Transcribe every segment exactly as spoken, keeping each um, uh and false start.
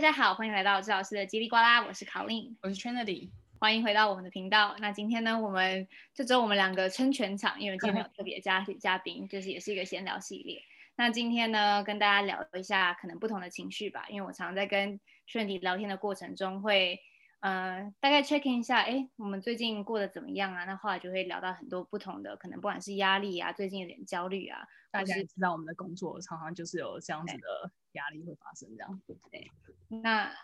家好，欢迎来到治老师的叽里呱啦，我是 Colleen， 我是 Trinity， 欢迎回到我们的频道。那今天呢，我们就只有我们两个撑全场，因为今天没有特别嘉嘉宾，就是也是一个闲聊系列。那今天呢，跟大家聊一下可能不同的情绪吧，因为我常常在跟 Trinity 聊天的过程中会，呃，大概 check in 一下，哎，我们最近过得怎么样啊？那后来就会聊到很多不同的，可能不管是压力啊，最近有点焦虑啊， 大家也知道我们的工作常常就是有这样子的压力会发生，这样。 对，那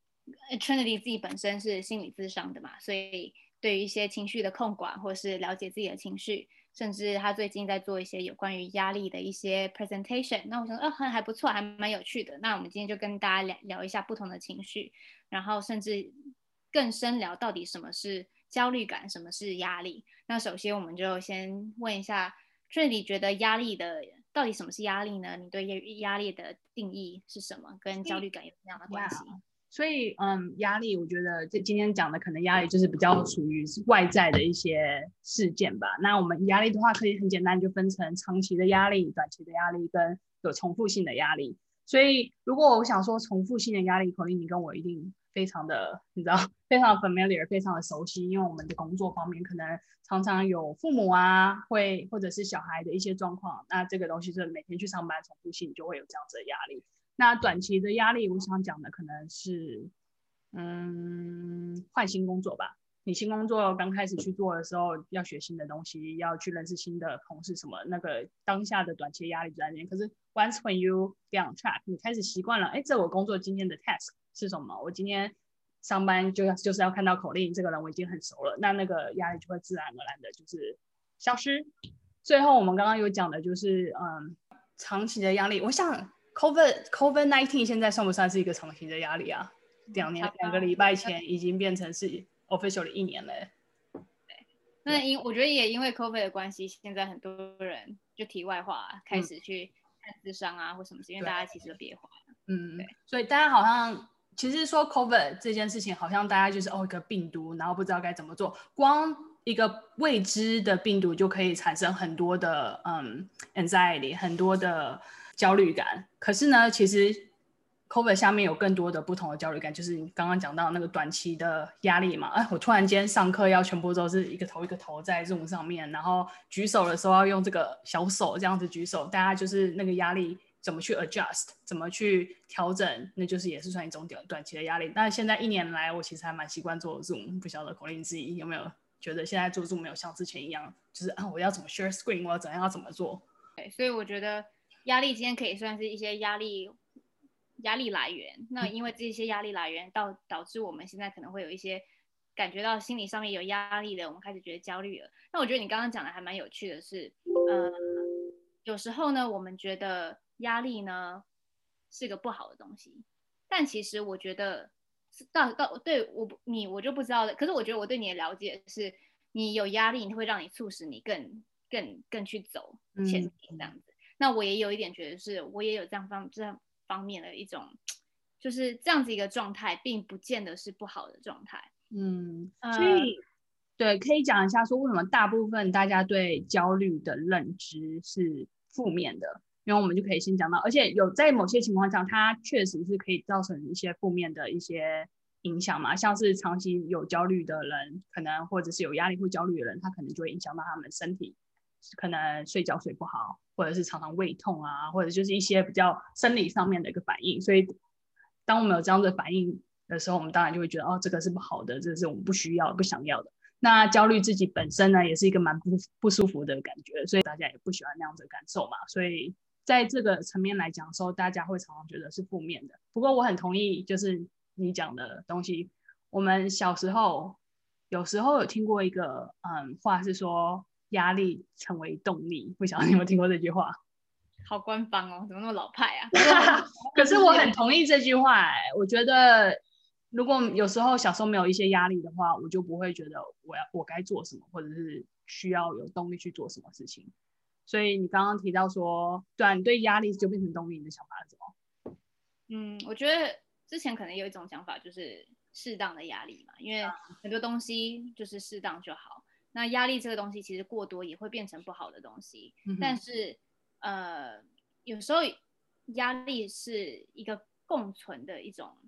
Trinity 自己本身是心理咨商的嘛，所以对于一些情绪的控管，或是了解自己的情绪，甚至他最近在做一些有关于压力的一些 presentation。那我想说，哦，还不错，还蛮有趣的。那我们今天就跟大家聊聊一下不同的情绪，然后甚至更深聊到底什么是焦虑感，什么是压力。那首先我们就先问一下 Trinity， 觉得压力的到底什么是压力呢？你对压力的定义是什么？跟焦虑感有什么样的关系？ Yeah. 所以，嗯，压力，我觉得这今天讲的可能压力就是比较属于外在的一些事件吧。那我们压力的话，可以很简单就分成长期的压力、短期的压力跟有重复性的压力。所以，如果我想说重复性的压力，口令你跟我一定非常的，你知道，非常 familiar， 非常的熟悉，因为我们的工作方面可能常常有父母啊，会或者是小孩的一些状况，那这个东西是每天去上班重复性就会有这样子的压力。那短期的压力，我想讲的可能是，嗯，换新工作吧。你新工作刚开始去做的时候，要学新的东西，要去认识新的同事什么，那个当下的短期压力就在那边。可是 once when you get on track， 你开始习惯了，哎，这我工作今天的 task 是什么？我今天上班就要就是要看到口令，这个人我已经很熟了，那那个压力就会自然而然的就是消失。最后我们刚刚有讲的就是，嗯，长期的压力，我想。COVID COVID 十九 现在算不算是一个长期的压力啊？两年两个礼拜前已经变成是 official 的一年了。对， 那因我觉得也因为 COVID 的关系，现在很多人就题外话、啊、开始去看諮商啊、嗯、或什么，因为大家其实都憋坏了。 嗯，对，所以大家好像其实说 COVID 这件事情，好像大家就是哦一个病毒，然后不知道该怎么做，光一个未知的病毒就可以产生很多的嗯 anxiety， 很多的焦虑感。可是呢，其实 COVID 下面有更多的不同的焦虑感，就是你刚刚讲到那个短期的压力嘛。哎，我突然间上课要全部都是一个头一个头在 Zoom 上面，然后举手的时候要用这个小手这样子举手，大家就是那个压力怎么去 adjust， 怎么去调整，那就是也是算一种短期的压力。但现在一年来，我其实还蛮习惯做 Zoom， 不晓得口令自己有没有觉得现在做 Zoom 没有像之前一样，就是啊，我要怎么 share screen， 我要怎样要怎么做。 对，所以我觉得压力今天可以算是一些压力压力来源。那因为这些压力来源导导致我们现在可能会有一些感觉到心理上面有压力的，我们开始觉得焦虑了。那我觉得你刚刚讲的还蛮有趣的是，呃，有时候呢，我们觉得压力呢是个不好的东西，但其实我觉得到到对我你我就不知道了。可是我觉得我对你的了解是，你有压力，会让你促使你更更更去走前进这样子。嗯、那我也有一点觉得是，我也有这样方这样方面的一种，就是这样子一个状态，并不见得是不好的状态。 嗯，所以、呃、对，可以讲一下说为什么大部分大家对焦虑的认知是负面的，因为我们就可以先讲到，而且有在某些情况下，它确实是可以造成一些负面的一些影响嘛，像是长期有焦虑的人，可能或者是有压力或焦虑的人，他可能就会影响到他们身体，可能睡觉睡不好，或者是常常胃痛啊，或者就是一些比较生理上面的一个反应。所以当我们有这样的反应的时候，我们当然就会觉得哦，这个是不好的，这是我们不需要、不想要的。那焦虑自己本身呢，也是一个蛮 不, 不舒服的感觉，所以大家也不喜欢那样子的感受嘛。所以在这个层面来讲的时候，大家会常常觉得是负面的。不过我很同意，就是你讲的东西，我们小时候有时候有听过一个嗯话是说，压力成为动力。不晓得你有没有听过这句话？ 好官方哦，怎么那么老派啊？ 可是我很同意这句话、欸，我觉得如果有时候小时候没有一些压力的话，我就不会觉得我要我该做什么，或者是需要有动力去做什么事情。所以你刚刚提到说，对啊，你对压力就变成动力，你的想法是什么？ 嗯，我觉得之前可能有一种想法，就是适当的压力嘛，因为很多东西就是适当就好。那压力这个东西其实过多也会变成不好的东西，嗯、但是呃，有时候压力是一个共存的一种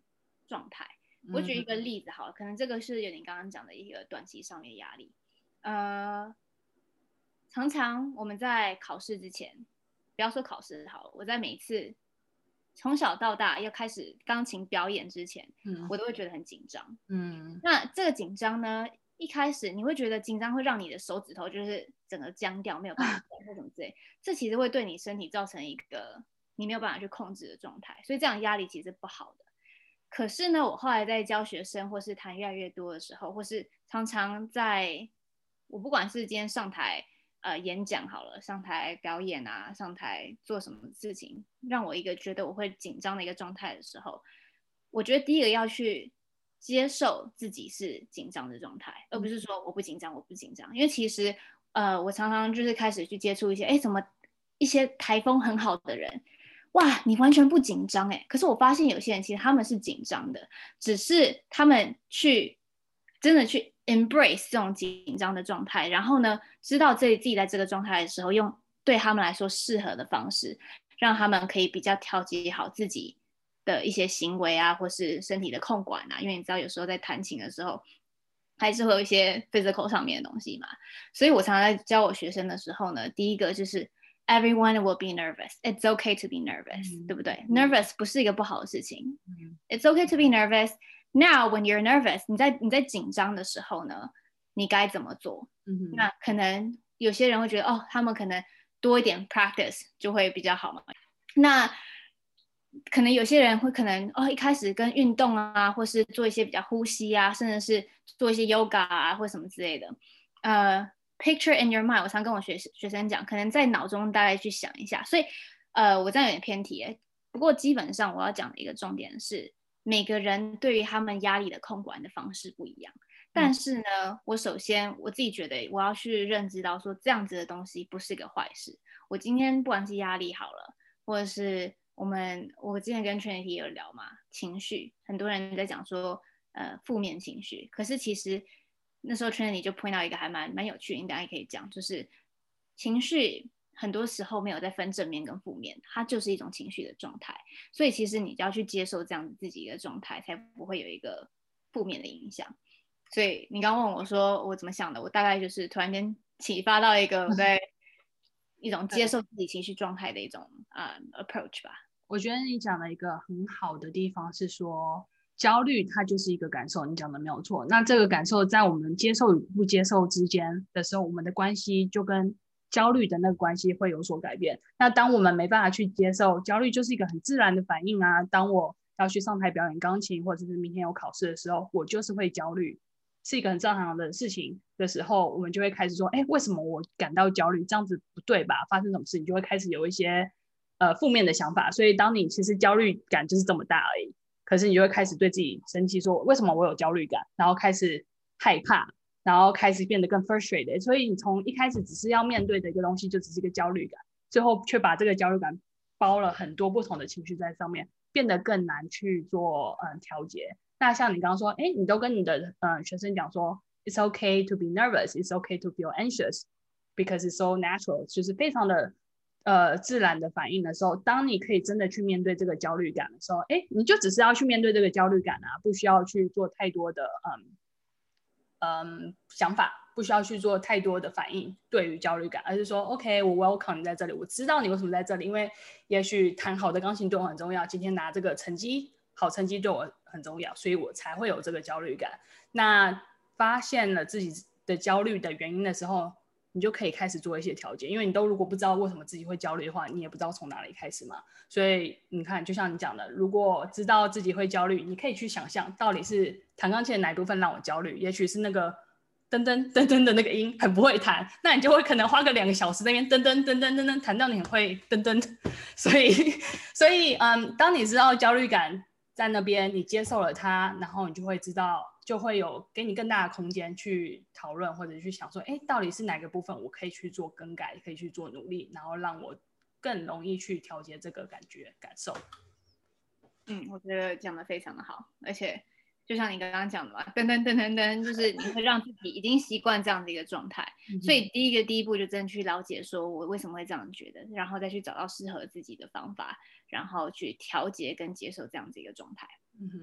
状态。我举一个例子好了，可能这个是有点刚刚讲的一个短期上面的压力。呃，常常我们在考试之前，不要说考试好了，我在每一次从小到大要开始钢琴表演之前，嗯、我都会觉得很紧张。嗯，那这个紧张呢，一开始你会觉得紧张会让你的手指头就是整个僵掉，没有办法动或什么之类，这其实会对你身体造成一个你没有办法去控制的状态，所以这样压力其实不好的。可是呢，我后来在教学生或是谈越来越多的时候，或是常常在我不管是今天上台呃演讲好了，上台表演啊，上台做什么事情，让我一个觉得我会紧张的一个状态的时候，我觉得第一个要去接受自己是紧张的状态，而不是说我不紧张，我不紧张，因为其实呃我常常就是开始去接触一些哎怎么一些台风很好的人。哇，你完全不紧张哎！可是我发现有些人其实他们是紧张的，只是他们去真的去 embrace 这种紧张的状态，然后呢，知道自己自己在这个状态的时候，用对他们来说适合的方式，让他们可以比较调节好自己的一些行为啊，或是身体的控管啊。因为你知道，有时候在弹琴的时候，还是会有一些 physical 上面的东西嘛。所以我常常在教我学生的时候呢，第一个就是Everyone will be nervous. It's okay to be nervous,、嗯、对不对 ？Nervous 不是一个不好的事情。嗯、It's okay to be nervous. Now, when you're nervous, 你在你在紧张的时候呢，你该怎么做？嗯、那可能有些人会觉得，哦，他们可能多一点 practice 就会比较好嘛。那可能有些人会可能哦，一开始跟运动啊，或是做一些比较呼吸啊，甚至是做一些 yoga 啊，或什么之类的，呃。Picture in your mind， 我常跟我学学生讲，可能在脑中大概去想一下。所以，呃，我这样有点偏题耶。不过基本上我要讲的一个重点是，每个人对于他们压力的控管的方式不一样。但是呢，我首先我自己觉得我要去认知到说，这样子的东西不是个坏事。我今天不管是压力好了，或者是我们我之前跟 Trinity 有聊嘛，情绪，很多人在讲说，呃，负面情绪，可是其实。那时候 Trinity 就 point 到一个还蛮蛮有趣的，你大家可以讲，就是情绪很多时候没有在分正面跟负面，它就是一种情绪的状态。所以其实你就要去接受这样自己的状态，才不会有一个负面的影响。所以你刚问我说我怎么想的，我大概就是突然间启发到一个我在一种接受自己情绪状态的一种、呃、approach 吧。 我觉得你讲的一个很好的地方是说。焦虑它就是一个感受，你讲的没有错。那这个感受在我们接受与不接受之间的时候，我们的关系就跟焦虑的那个关系会有所改变。那当我们没办法去接受焦虑，就是一个很自然的反应啊。当我要去上台表演钢琴，或者是明天有考试的时候，我就是会焦虑，是一个很正常的事情的时候，我们就会开始说，哎，为什么我感到焦虑？这样子不对吧？发生什么事，你就会开始有一些呃负面的想法。所以当你其实焦虑感就是这么大而已。可是你就会开始对自己生气，说为什么我有焦虑感，然后开始害怕，然后开始变得更 frustrated。所以你从一开始只是要面对的一个东西，就只是一个焦虑感，最后却把这个焦虑感包了很多不同的情绪在上面，变得更难去做嗯调节。那像你刚刚说，哎，你都跟你的嗯学生讲说 ，it's okay to be nervous, it's okay to feel anxious, because it's so natural， 就是非常的。呃，自然的反应的时候，当你可以真的去面对这个焦虑感的时候，哎，你就只是要去面对这个焦虑感啊，不需要去做太多的嗯嗯想法，不需要去做太多的反应对于焦虑感，而是说 OK， 我 welcome 你在这里，我知道你为什么在这里，因为也许弹好的钢琴对我很重要，今天拿这个成绩好成绩对我很重要，所以我才会有这个焦虑感。那发现了自己的焦虑的原因的时候，你就可以开始做一些调节，因为你都如果不知道为什么自己会焦虑的话，你也不知道从哪里开始嘛。所以你看，就像你讲的，如果知道自己会焦虑，你可以去想象到底是弹钢琴的哪一部分让我焦虑，也许是那个噔噔噔噔的那个音很不会弹，那你就会可能花个两个小时在那边噔噔噔噔噔噔弹到你很会噔噔。所以，所以嗯，当你知道焦虑感在那边，你接受了它，然后你就会知道。就会有给你更大的空间去讨论，或者去想说，哎，到底是哪个部分我可以去做更改，可以去做努力，然后让我更容易去调节这个感觉感受。 嗯，我觉得讲得非常的好，而且就像你刚刚讲的嘛，噔噔噔噔噔，就是你会让自己已经习惯这样的一个状态，嗯、所以第一个第一步就真的去了解说我为什么会这样觉得，然后再去找到适合自己的方法，然后去调节跟接受这样子一个状态。 嗯哼。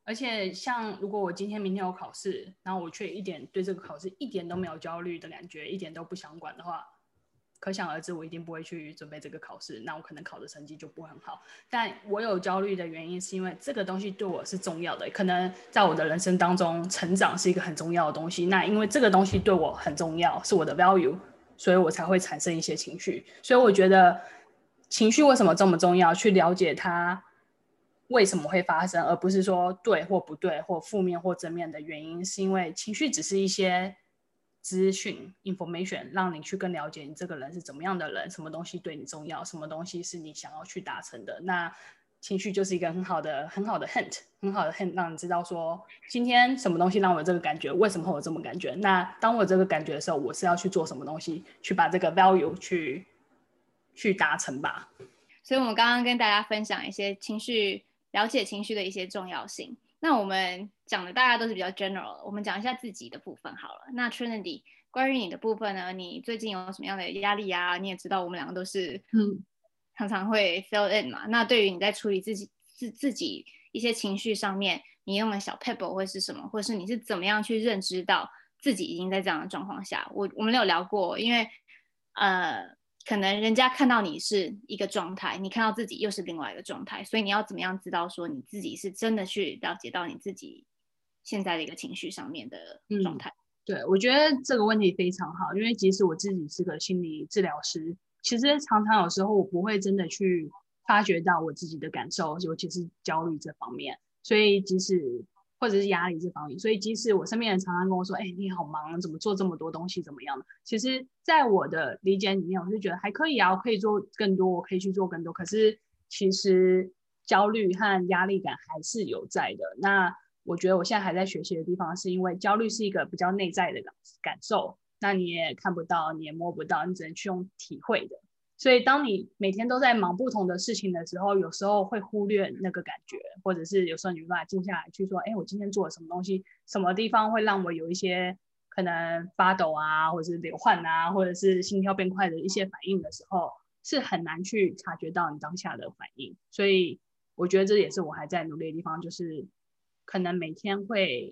而且像如果我今天明天有考试，然后我却一点对这个考试一点都没有焦虑的感觉，一点都不想管的话，可想而知我一定不会去准备这个考试，那我可能考的成绩就不会很好。但我有焦虑的原因是因为这个东西对我是重要的，可能在我的人生当中成长是一个很重要的东西，那因为这个东西对我很重要，是我的 value， 所以我才会产生一些情绪。所以我觉得情绪为什么这么重要，去了解它为什么会发生，而不是说对或不对或负面或正面的原因，是因为情绪只是一些资讯 information， 让你去更了解你这个人是怎么样的人，什么东西对你重要，什么东西是你想要去达成的。那情绪就是一个很好的很好的 hint， 很好的 hint， 让你知道说今天什么东西让我有这个感觉，为什么会有这么感觉。那当我有这个感觉的时候，我是要去做什么东西，去把这个 value 去去达成吧。 所以我们刚刚跟大家分享一些情绪，了解情绪的一些重要性。那我们讲的大家都是比较 general， 我们讲一下自己的部分好了。那 Trinity， 关于你的部分呢，你最近有什么样的压力啊？你也知道我们两个都是嗯常常会 fill in 嘛。那对于你在处理自己自自己一些情绪上面，你用的小 pebble 会是什么？或是你是怎么样去认知到自己已经在这样的状况下？我我们有聊过，因为呃。可能人家看到你是一个状态，你看到自己又是另外一个状态，所以你要怎么样知道说你自己是真的去了解到你自己现在的一个情绪上面的状态？ 嗯，对，我觉得这个问题非常好，因为即使我自己是个心理治疗师，其实常常有时候我不会真的去发觉到我自己的感受，尤其是焦虑这方面，所以即使或者是压力这方面，所以即使我身边人常常跟我说，哎、欸，你好忙，怎么做这么多东西，怎么样的？其实，在我的理解里面，我是觉得还可以啊，我可以做更多，我可以去做更多。可是，其实焦虑和压力感还是有在的。那我觉得我现在还在学习的地方，是因为焦虑是一个比较内在的感受，那你也看不到，你也摸不到，你只能去用体会的。所以当你每天都在忙不同的事情的时候，有时候会忽略那个感觉，或者是有时候你没办法静下来去说，哎，我今天做了什么东西，什么地方会让我有一些可能发抖啊，或者是流汗啊，或者是心跳变快的一些反应的时候，是很难去察觉到你当下的反应。所以我觉得这也是我还在努力的地方，就是可能每天会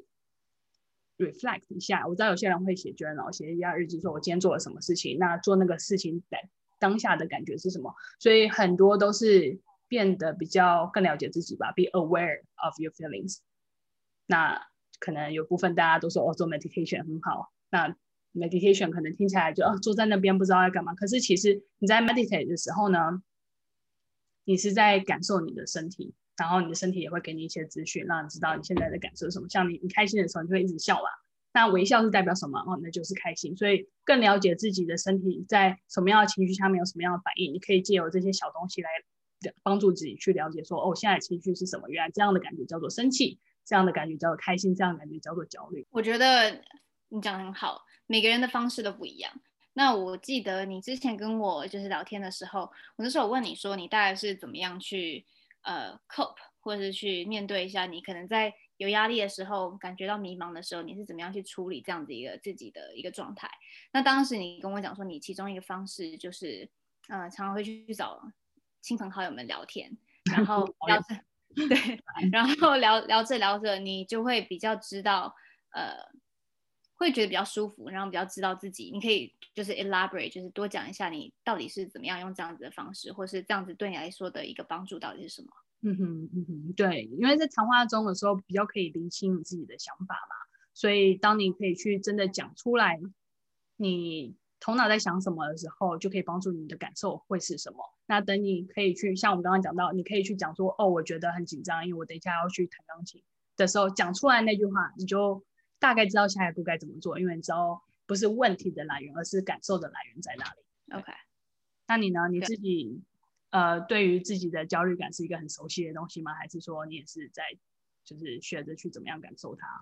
reflect 一下。我知道有些人会写 journal， 写一下日记，说我今天做了什么事情，那做那个事情当下的感觉是什么，所以很多都是变得比较更了解自己吧， be aware of your feelings。 那可能有部分大家都说哦，做 meditation 很好，那 meditation 可能听起来就哦坐在那边不知道要干嘛，可是其实你在 meditate 的时候呢，你是在感受你的身体，然后你的身体也会给你一些资讯，让你知道你现在的感受是什么。像你你开心的时候，你会一直笑嘛，那微笑是代表什么？哦，那就是开心。所以更了解自己的身体在什么样的情绪下面有什么样的反应，你可以借由这些小东西来帮助自己去了解说，哦，现在的情绪是什么？原来这样的感觉叫做生气，这样的感觉叫做开心，这样的感觉叫做焦虑。 我觉得你讲得很好，每个人的方式都不一样。那我记得你之前跟我就是聊天的时候，我那时候有问你说你大概是怎么样去呃 cope， 或者是去面对一下你可能在有压力的时候，感觉到迷茫的时候，你是怎么样去处理这样子一个自己的一个状态？那当时你跟我讲说，你其中一个方式就是，呃，常常会去找亲朋好友们聊天，然后聊着，对，然后聊聊着聊着，你就会比较知道，呃，会觉得比较舒服，然后比较知道自己，你可以就是 elaborate，就是多讲一下你到底是怎么样用这样子的方式，或是这样子对你来说的一个帮助到底是什么？ 嗯哼嗯哼，对，因为在谈话中的时候比较可以理清你自己的想法嘛，所以当你可以去真的讲出来，你头脑在想什么的时候，就可以帮助你的感受会是什么。那等你可以去，像我们刚刚讲到，你可以去讲说，哦，我觉得很紧张，因为我等一下要去弹钢琴的时候，讲出来那句话，你就大概知道下一步该怎么做，因为你知道不是问题的来源，而是感受的来源在哪里。 OK， 那你呢？你自己呃，对于自己的焦虑感是一个很熟悉的东西吗？还是说你也是在就是学着去怎么样感受它？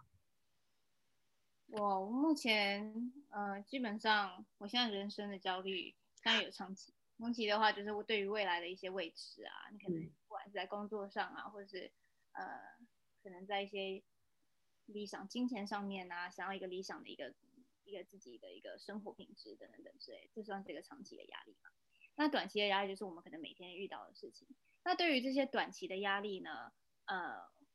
我目前呃，基本上我现在人生的焦虑当然有长期，长期的话就是我对于未来的一些未知啊，你可能不管是在工作上啊，或者是呃，可能在一些理想、金钱上面啊，想要一个理想的一个一个自己的一个生活品质等等等之类，这算是一个长期的压力嘛。那短期的压力就是我们可能每天遇到的事情。那对于这些短期的压力呢，呃，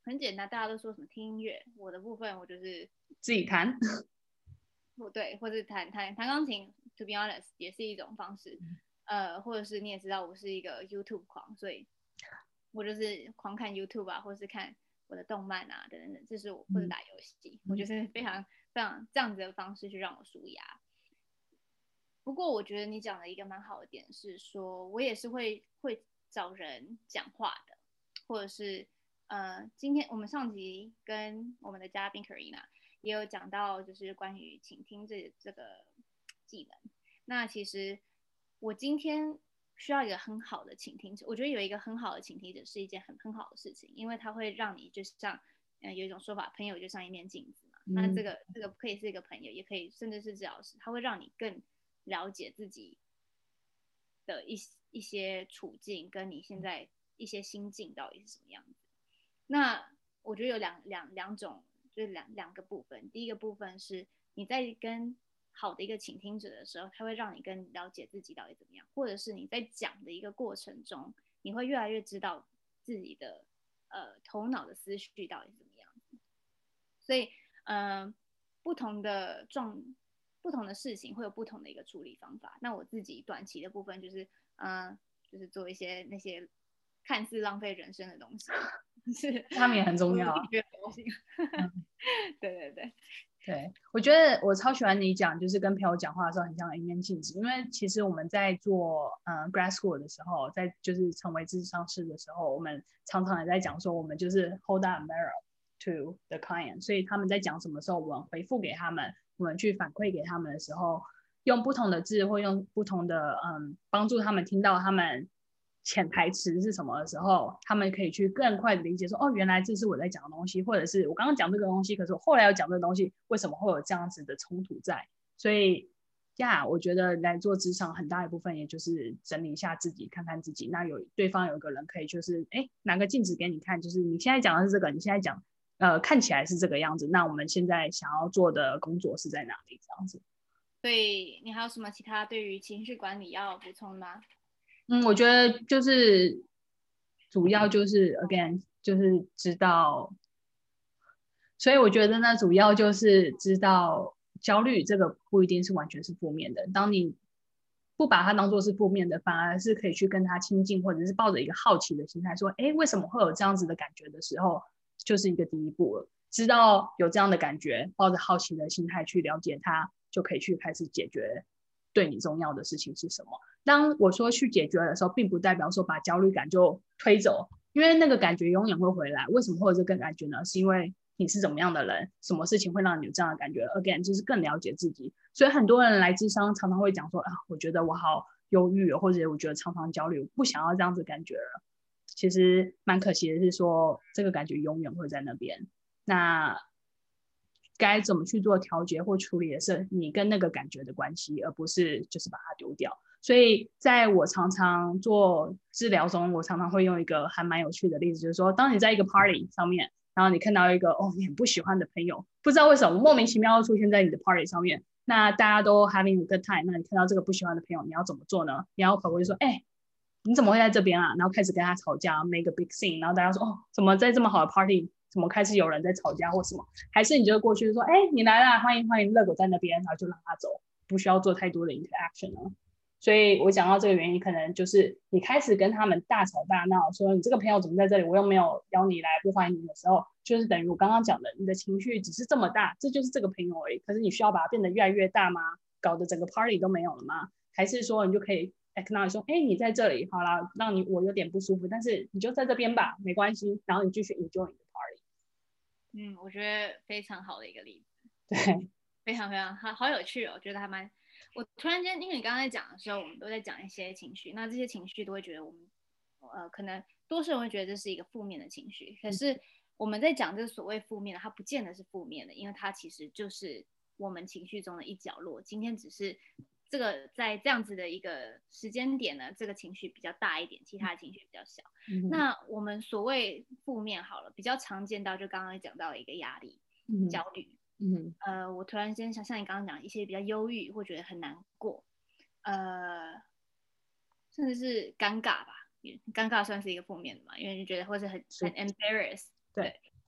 很简单，大家都说什么听音乐，我的部分我就是自己弹， 不对，或是弹弹弹钢琴 ，to be honest 也是一种方式。呃，或者是你也知道我是一个 YouTube 狂，所以我就是狂看 YouTube 啊，或是看我的动漫啊等等等，这是我或者打游戏，嗯、我就是非常非常这样子的方式去让我舒压。不过我觉得你讲的一个蛮好的点是说，我也是会会找人讲话的，或者是呃，今天我们上集跟我们的嘉宾 Karina 也有讲到，就是关于倾听这这个技能。那其实我今天需要一个很好的倾听者，我觉得有一个很好的倾听者是一件很很好的事情，因为它会让你就像，呃，有一种说法，朋友就像一面镜子嘛。嗯、那这个这个可以是一个朋友，也可以甚至是治疗师，他会让你更了解自己的一一些处境，跟你现在一些心境到底是什么样子。那我觉得有两两两种，就是两两个部分。第一个部分是你在跟好的一个倾听者的时候，他会让你更了解自己到底怎么样，或者是你在讲的一个过程中，你会越来越知道自己的呃头脑的思绪到底怎么样。所以，嗯、呃，不同的状。不同的事情会有不同的一个处理方法。那我自己短期的部分就是，嗯、呃，就是做一些那些看似浪费人生的东西，是他们也很重要啊。 嗯、对对对。 对，我觉得我超喜欢你讲，就是跟朋友讲话的时候很像一面镜子，因为其实我们在做呃 grad school 的时候，在就是成为咨商师的时候，我们常常也在讲说，我们就是 hold up a mirror to the client， 所以他们在讲什么时候，我们回复给他们，我们去反馈给他们的时候，用不同的字或用不同的嗯帮助他们听到他们潜台词是什么的时候，他们可以去更快的理解说，哦，原来这是我在讲的东西，或者是我刚刚讲这个东西，可是我后来要讲这个东西，为什么会有这样子的冲突在？所以呀， yeah, 我觉得来做职场很大一部分也就是整理一下自己，看看自己。那有对方有一个人可以就是哎拿个镜子给你看，就是你现在讲的是这个，你现在讲呃看起来是这个样子，那我们现在想要做的工作是在哪里？这样子。 所以你还有什么其他对于情绪管理要补充吗？ 嗯，我觉得就是主要就是 again 就是知道，所以我觉得呢，主要就是知道焦虑这个不一定是完全是负面的。当你不把它当作是负面的，反而是可以去跟他亲近，或者是抱着一个好奇的心态，说，哎，为什么会有这样子的感觉的时候，就是一个第一步了。知道有这样的感觉，抱着好奇的心态去了解它，就可以去开始解决对你重要的事情是什么。当我说去解决的时候，并不代表说把焦虑感就推走，因为那个感觉永远会回来。为什么会有这个感觉呢？是因为你是怎么样的人，什么事情会让你有这样的感觉 ？Again， 就是更了解自己。所以很多人来諮商常常会讲说啊，我觉得我好忧郁，或者我觉得常常焦虑，我不想要这样子感觉了。其实蛮可惜的是说，这个感觉永远会在那边。那该怎么去做调节或处理的是你跟那个感觉的关系，而不是就是把它丢掉。所以在我常常做治疗中，我常常会用一个还蛮有趣的例子，就是说，当你在一个 party 上面，然后你看到一个哦你很不喜欢的朋友，不知道为什么莫名其妙出现在你的 party 上面，那大家都 having a good time， 那你看到这个不喜欢的朋友，你要怎么做呢？你要跑过去说，哎，你怎么会在这边啊？然后开始跟他吵架 ，make a big scene， 然后大家说，哦，怎么在这么好的 party， 怎么开始有人在吵架或什么？还是你就过去说，哎，你来啦，欢迎欢迎，热狗在那边，然后就让他走，不需要做太多的 interaction 了。所以我讲到这个原因，可能就是你开始跟他们大吵大闹，说你这个朋友怎么在这里，我又没有邀你来，不欢迎你的时候，就是等于我刚刚讲的，你的情绪只是这么大，这就是这个朋友而已。可是你需要把它变得越来越大吗？搞得整个 party 都没有了吗？还是说你就可以 acknowledge 说，哎，你在这里，好啦，让你我有点不舒服，但是你就在这边吧，没关系，然后你继续 enjoy 你的 party。 嗯，我觉得非常好的一个例子。 对， 非常非常好，好有趣哦，我觉得还蛮。我突然间，因为你刚刚在讲的时候，我们都在讲一些情绪，那这些情绪都会觉得我们，呃，可能多数人会觉得这是一个负面的情绪，可是我们在讲这个所谓负面的，它不见得是负面的，因为它其实就是我们情绪中的一角落。今天只是这个在这样子的一个时间点呢，这个情绪比较大一点，其他的情绪比较小。嗯、那我们所谓负面好了，比较常见到就刚刚讲到的一个压力、嗯、焦虑。嗯，呃，我突然间想像你刚刚讲一些比较忧郁，或觉得很难过，呃，甚至是尴尬吧，尴尬算是一个负面的嘛，因为就觉得或是很很 embarrass， 对，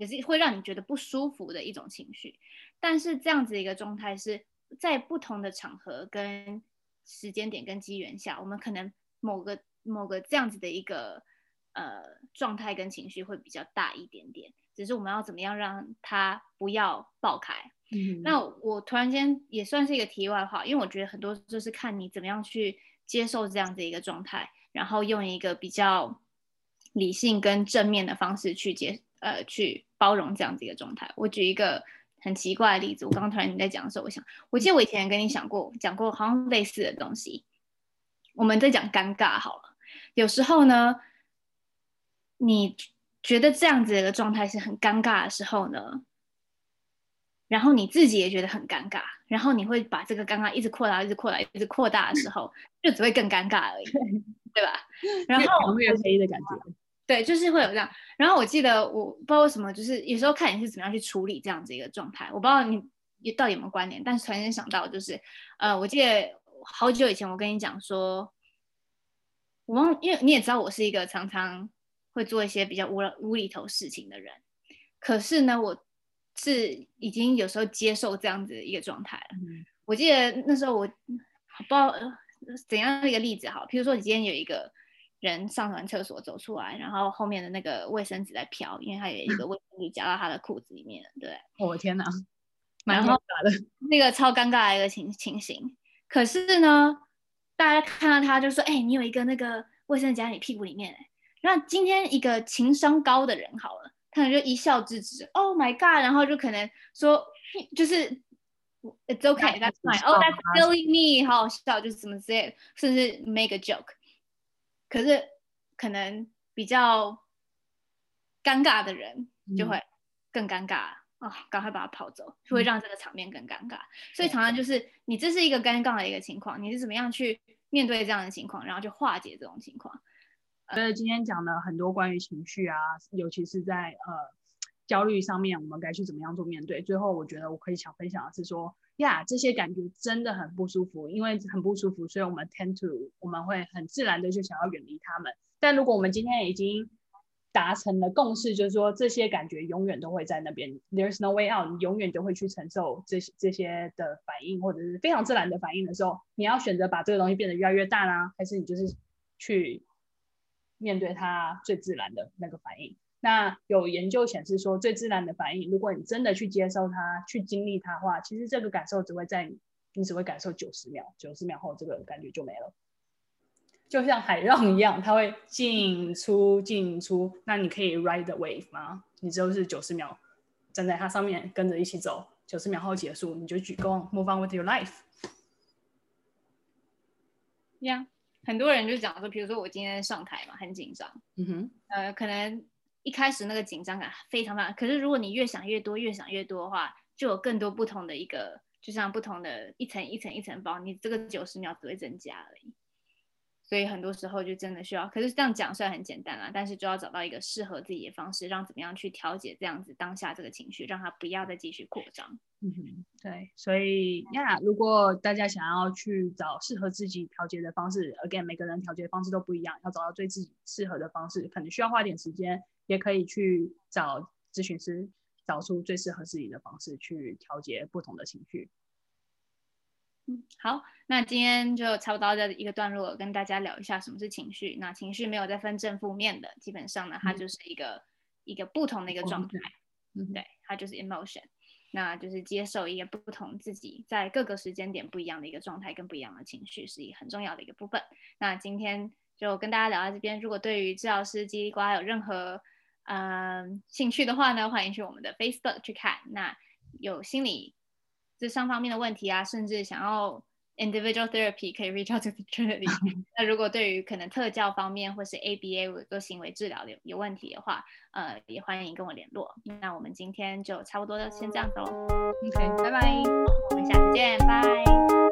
也是会让你觉得不舒服的一种情绪。但是这样子一个状态是在不同的场合跟时间点跟机缘下，我们可能某个某个这样子的一个呃状态跟情绪会比较大一点点，只是我们要怎么样让它不要爆开。嗯、那我突然间也算是一个题外话，因为我觉得很多就是看你怎么样去接受这样子一个状态，然后用一个比较理性跟正面的方式去接呃去包容这样子一个状态。我举一个很奇怪的例子，我刚刚突然你在讲的时候，我想，我记得我以前跟你讲过讲过好像类似的东西。我们在讲尴尬好了，有时候呢，你觉得这样子的一个状态是很尴尬的时候呢，然后你自己也觉得很尴尬，然后你会把这个尴尬一直扩大、一直扩大、一直扩大的时候，就只会更尴尬而已，对吧？然后越黑的感觉， 对，就是会有这样。然后我记得我不知道为什么，就是有时候看你是怎么样去处理这样子一个状态，我不知道你到底有没有关联，但是突然间想到就是，呃，我记得好久以前我跟你讲说，我忘，因为你也知道我是一个常常会做一些比较无无厘头事情的人，可是呢，我是已经有时候接受这样子的一个状态了。嗯、我记得那时候我不知道、呃、怎样的一个例子好，譬如说你今天有一个人上完厕所走出来，然后后面的那个卫生纸在飘，因为他有一个卫生纸夹到他的裤子里面了，对。 我、哦、天哪， 蛮尴尬的，那个超尴尬的一个情情形。可是呢，大家看到他就说：“哎、欸，你有一个那个卫生纸夹在你屁股里面。”哎，那今天一个情商高的人好了，他可能就一笑置之 ，“Oh my god”，然后就可能说，就是 "It's okay, that's fine." "Oh, that's silly me." 好好笑，就是什么之类的，甚至 make a joke。可是可能比较尴尬的人就会更尴尬。嗯哦，赶快把他跑走，会让这个场面更尴尬。嗯、所以常常就是你这是一个尴尬的一个情况，你是怎么样去面对这样的情况，然后去化解这种情况。 我觉得今天讲了很多关于情绪啊，尤其是在呃焦虑上面，我们该去怎么样做面对。最后我觉得我可以想分享的是说，呀，这些感觉真的很不舒服，因为很不舒服，所以我们 tend to 我们会很自然的就想要远离他们。但如果我们今天已经达成了共识，就是说这些感觉永远都会在那边 ，There's no way out， 你永远就会去承受这些这些的反应，或者是非常自然的反应的时候，你要选择把这个东西变得越来越大啦，还是你就是去面对它最自然的那个反应？那有研究显示说，最自然的反应，如果你真的去接受它，去经历它的话，其实这个感受只会在你，你只会感受九十秒，九十秒后这个感觉就没了。就像海浪一样，它会进出进出。那你可以 ride the wave 吗？你只有是九十秒站在它上面，跟着一起走，九十秒后结束，你就举 go on move on with your life。 呀、yeah, 很多人就讲说，比如说我今天上台嘛，很紧张，嗯哼，呃，可能一开始那个紧张感非常大，可是如果你越想越多，越想越多的话，就有更多不同的一个，就像不同的一层一层一层包，你这个九十秒只会增加而已。所以很多时候就真的需要，可是这样讲虽然很简单啦，但是就要找到一个适合自己的方式，让怎么样去调节这样子当下这个情绪，让它不要再继续扩张。 嗯哼，对，所以呀，如果大家想要去找适合自己调节的方式 ，again 每个人调节的方式都不一样，要找到最自己适合的方式，可能需要花点时间，也可以去找咨询师，找出最适合自己的方式去调节不同的情绪。 嗯，好，那今天就差不多到这一个段落，跟大家聊一下什么是情绪。那情绪没有再分正负面的，基本上呢，它就是一个、嗯、一个不同的一个状态，嗯、对，它就是 emotion， 那就是接受一个不同自己在各个时间点不一样的一个状态跟不一样的情绪，是一个很重要的一个部分。那今天就跟大家聊到这边，如果对于治疗师叽里呱啦有任何呃兴趣的话呢，欢迎去我们的 Facebook 去看。那有心理这上方面的问题啊，甚至想要 individual therapy 可以 reach out to Trinity 那如果对于可能特教方面或是 A B A 或者行为治疗的有问题的话，呃，也欢迎跟我联络。那我们今天就差不多先这样子咯。 OK， 拜拜， 我们下次见，拜。